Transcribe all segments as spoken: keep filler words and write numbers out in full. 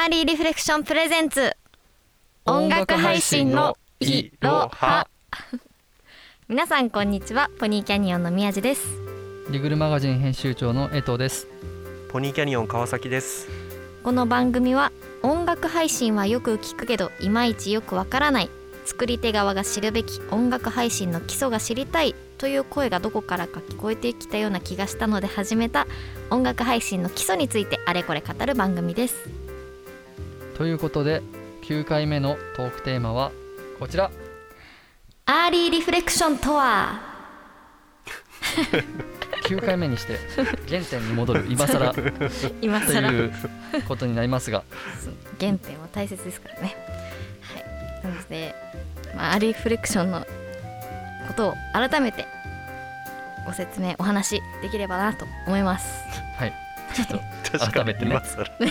ーリーリフレクションプレゼンツ音楽配信のいろは。皆さんこんにちは。ポニーキャニオンの宮地です。 リグルマガジン編集長の江藤です。 ポニーキャニオン川崎です。 この番組は音楽配信はよく聞くけどいまいちよくわからない、作り手側が知るべき音楽配信の基礎が知りたいという声がどこからか聞こえてきたような気がしたので始めた音楽配信の基礎についてあれこれ語る番組です。 ということできゅうかいめのトークテーマはこちら、 アーリーリフレクションとは。 きゅうかいめにして原点に戻る今更今更ということになりますが原点は大切ですからね。はい、なので、まあ、アーリーリフレクションのことを改めてご説明お話できればなと思います。 はい、ちょっと改めてね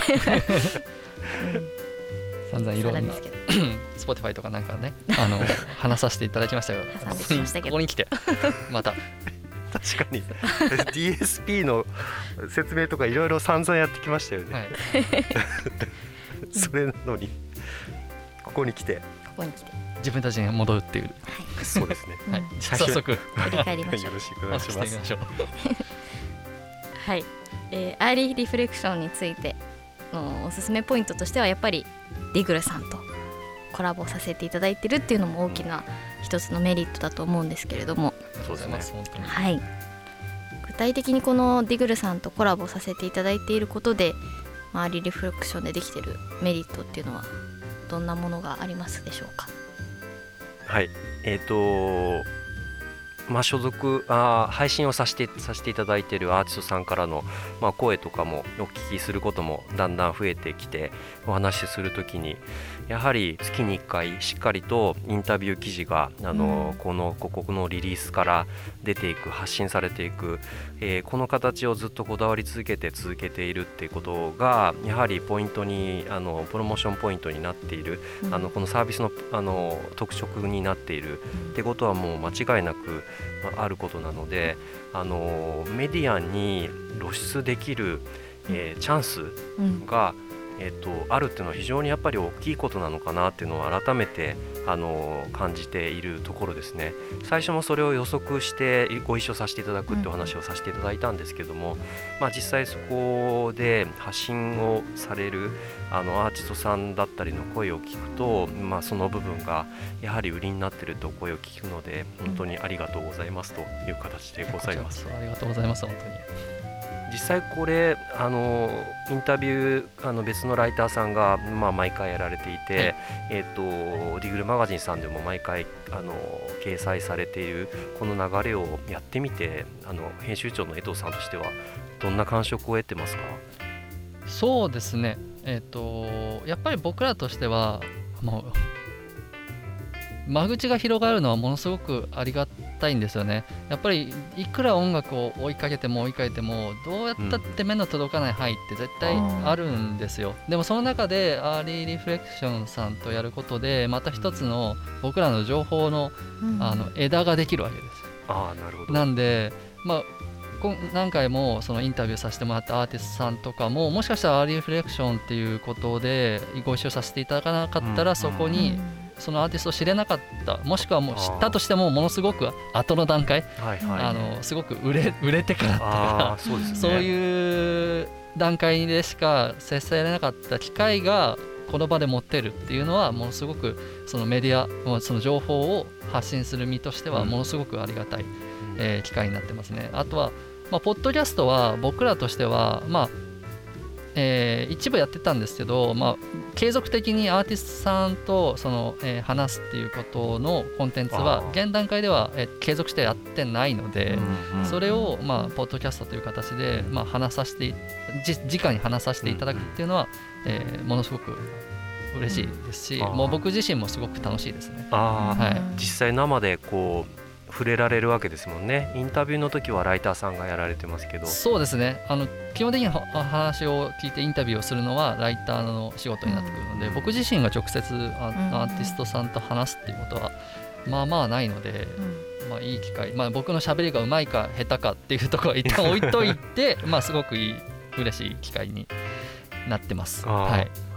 散々いろんなSpotify とかなんかねあの話させていただきましたがここに、ここに来てまた確かに ディーエスピー の説明とかいろいろ散々やってきましたよね、はい、それなのにここに来てここに来て自分たちに戻るっていう、 はい、そうですね、 はい、早速振り返りましょう。 よろしくお願いします。 はい、えー、アーリーリフレクションについてのおすすめポイントとしてはやっぱりリグルさんとコラボさせていただいてるっていうのも大きな一つのメリットだと思うんですけれども、 そうですね、 本当に、 はい、具体的にこのディグルさんとコラボさせていただいていることでアーリーリフレクションでできているメリットっていうのはどんなものがありますでしょうか。 はい、えーとまあ、所属あ配信をさせてさせていただいているアーティストさんからの、まあ、声とかもお聞きすることもだんだん増えてきて、お話しするときにやはり月にいっかいしっかりとインタビュー記事があの、うん、このここのリリースから出ていく、発信されていく、えー、この形をずっとこだわり続けて続けているっていうことがやはりポイントにあのプロモーションポイントになっている、うん、あのこのサービスの、あの特色になっているってことはもう間違いなくあることなので、あのメディアに露出できる、えー、チャンスが、うんえー、とあるっていうのは非常にやっぱり大きいことなのかなっていうのを改めてあの感じているところですね。最初もそれを予測してご一緒させていただくってお話をさせていただいたんですけども、まあ、実際そこで発信をされるあのアーティストさんだったりの声を聞くと、まあ、その部分がやはり売りになっていると声を聞くので本当にありがとうございますという形でございます。 ありがとうございます本当に。 実際これあのインタビューあの別のライターさんが、まあ、毎回やられていて、はいえー、とディグルマガジンさんでも毎回あの掲載されているこの流れをやってみて、あの編集長の江藤さんとしてはどんな感触を得てますか？ そうですね、えー、とやっぱり僕らとしてはもう間口が広がるのはものすごくありがたいんですよね。やっぱりいくら音楽を追いかけても追いかけてもどうやったって目の届かない範囲って絶対あるんですよ、うん、でもその中でアーリーリフレクションさんとやることでまた一つの僕らの情報 の,、うん、あの枝ができるわけです。 あー、なるほど。 なんで、まあ何回もそのインタビューさせてもらったアーティストさんとかももしかしたらアーリーリフレクションっていうことでご一緒させていただかなかったら、そこにそのアーティストを知れなかった、もしくはもう知ったとしてもものすごく後の段階、はいはい、あのすごく売れ、売れてからとかそうですね、そういう段階でしか接せられなかった機会がこの場で持ってるっていうのはものすごくそのメディア、その情報を発信する身としてはものすごくありがたい、うんえー、機会になってますね。あとは、まあ、ポッドキャストは僕らとしては、まあえー、一部やってたんですけど、まあ、継続的にアーティストさんとその、えー、話すっていうことのコンテンツは現段階では、えー、継続してやってないので、うんうん、それを、まあ、ポッドキャストという形で、まあ、話させてじ直に話させていただくっていうのは、うんうんえー、ものすごく嬉しいですし、うん、もう僕自身もすごく楽しいですね。 あ、はい、実際生でこう触れられるわけですもんね。インタビューの時はライターさんがやられてますけど。 そうですね、あの基本的に話を聞いてインタビューをするのはライターの仕事になってくるので、うん、僕自身が直接アーティストさんと話すっていうことはまあまあないので、うんまあ、いい機会、まあ、僕の喋りがうまいか下手かっていうところは一旦置いといてまあすごくいい嬉しい機会になってます。 はい、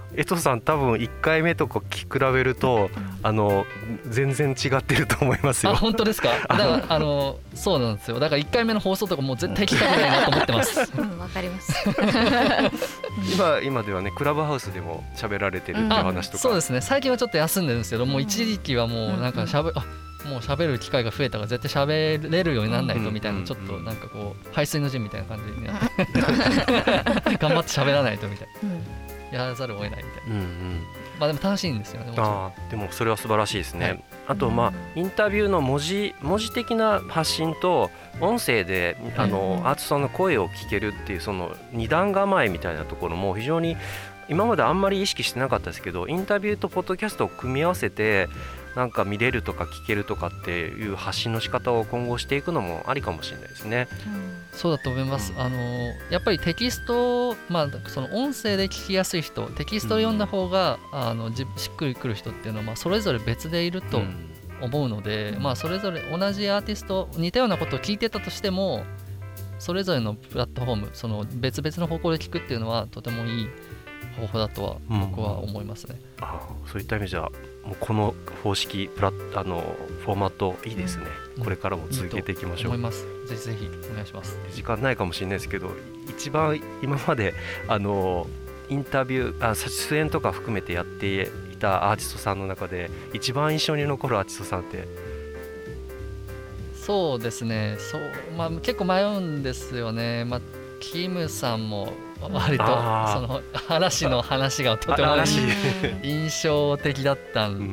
江藤さん多分いっかいめとか聞き比べるとあの全然違ってると思いますよ。 あ、本当ですか。だからあのそうなんですよ。だからいっかいめの放送とかもう絶対聞きたくないなと思ってます。 うん、わかります。 今今ではねクラブハウスでも喋られてるっていう話とか、 そうですね。最近はちょっと休んでるんですけど、もう一時期はもうなんかしゃべ、あもう喋る機会が増えたから絶対喋れるようにならないとみたいな、ちょっとなんかこう排水の陣みたいな感じでね頑張って喋らないとみたいな、やらざるを得ないみたいな、うんうん、まあでも楽しいんですよね。 あでもそれは素晴らしいですね、はい、あとまあインタビューの文字文字的な発信と音声であの、はい、アーティストさんの声を聞けるっていうその二段構えみたいなところも非常に今まであんまり意識してなかったですけど、インタビューとポッドキャストを組み合わせてなんか見れるとか聞けるとかっていう発信の仕方を今後していくのもありかもしれないですね、 うん、そうだと思います、うん、あのやっぱりテキスト、まあ、その音声で聞きやすい人、テキストで読んだ方が、うん、あのしっくりくる人っていうのは、まあ、それぞれ別でいると思うので、うんまあ、それぞれ同じアーティスト似たようなことを聞いてたとしてもそれぞれのプラットフォーム、その別々の方向で聞くっていうのはとてもいい方法だとは僕は思いますね、 うん、あそういった意味じゃもうこの方式プラあのフォーマットいいですね、うん、これからも続けていきましょう。 思います。ぜひぜひお願いします。 時間ないかもしれないですけど、一番今まであのインタビューあ出演とか含めてやっていたアーティストさんの中で一番印象に残るアーティストさんって？ そうですね、そう、まあ、結構迷うんですよね、まあ、キムさんも割とその嵐の話がとても印象的だったん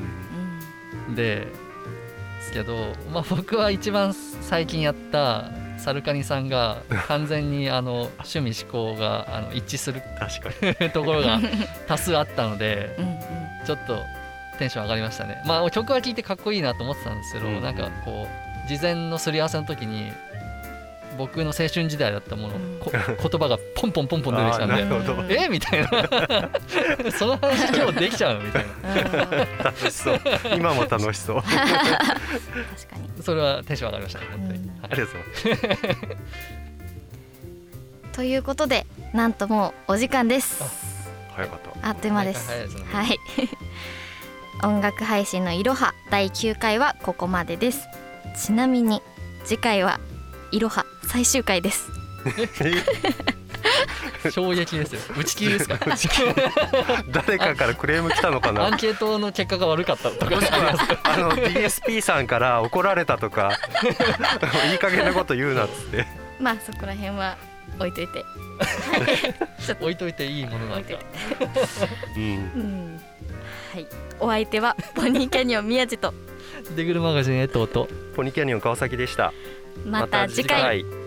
ですけど、まあ、僕は一番最近やったサルカニさんが完全にあの趣味思考があの一致するところが多数あったのでちょっとテンション上がりましたね。まあ、曲は聴いてかっこいいなと思ってたんですけど、なんかこう事前のすり合わせの時に僕の青春時代だったもの、うん、言葉がポンポンポンポン出てきたんでえみたいなその話今日できちゃうみたいな楽しそう、今も楽しそう確かにそれはテンション上がりましたね本当に、うんはい、ありがとうございますということでなんともうお時間です。 早かった。 あっという間です。 早いですね。 はい音楽配信のいろはだいきゅうかいはここまでです。ちなみに次回はいろは最終回です衝撃ですよ。打ち切りですか誰かからクレーム来たのかな。 アンケートの結果が悪かったとかあの ディーエスピー さんから怒られたとかいい加減なこと言うなっつってまあそこら辺は置いといて置いといていいものなんかうん、うん、はい、お相手はポニーキャニオン宮地とデグルマガジン江藤とポニーキャニオン川崎でした。 また次回。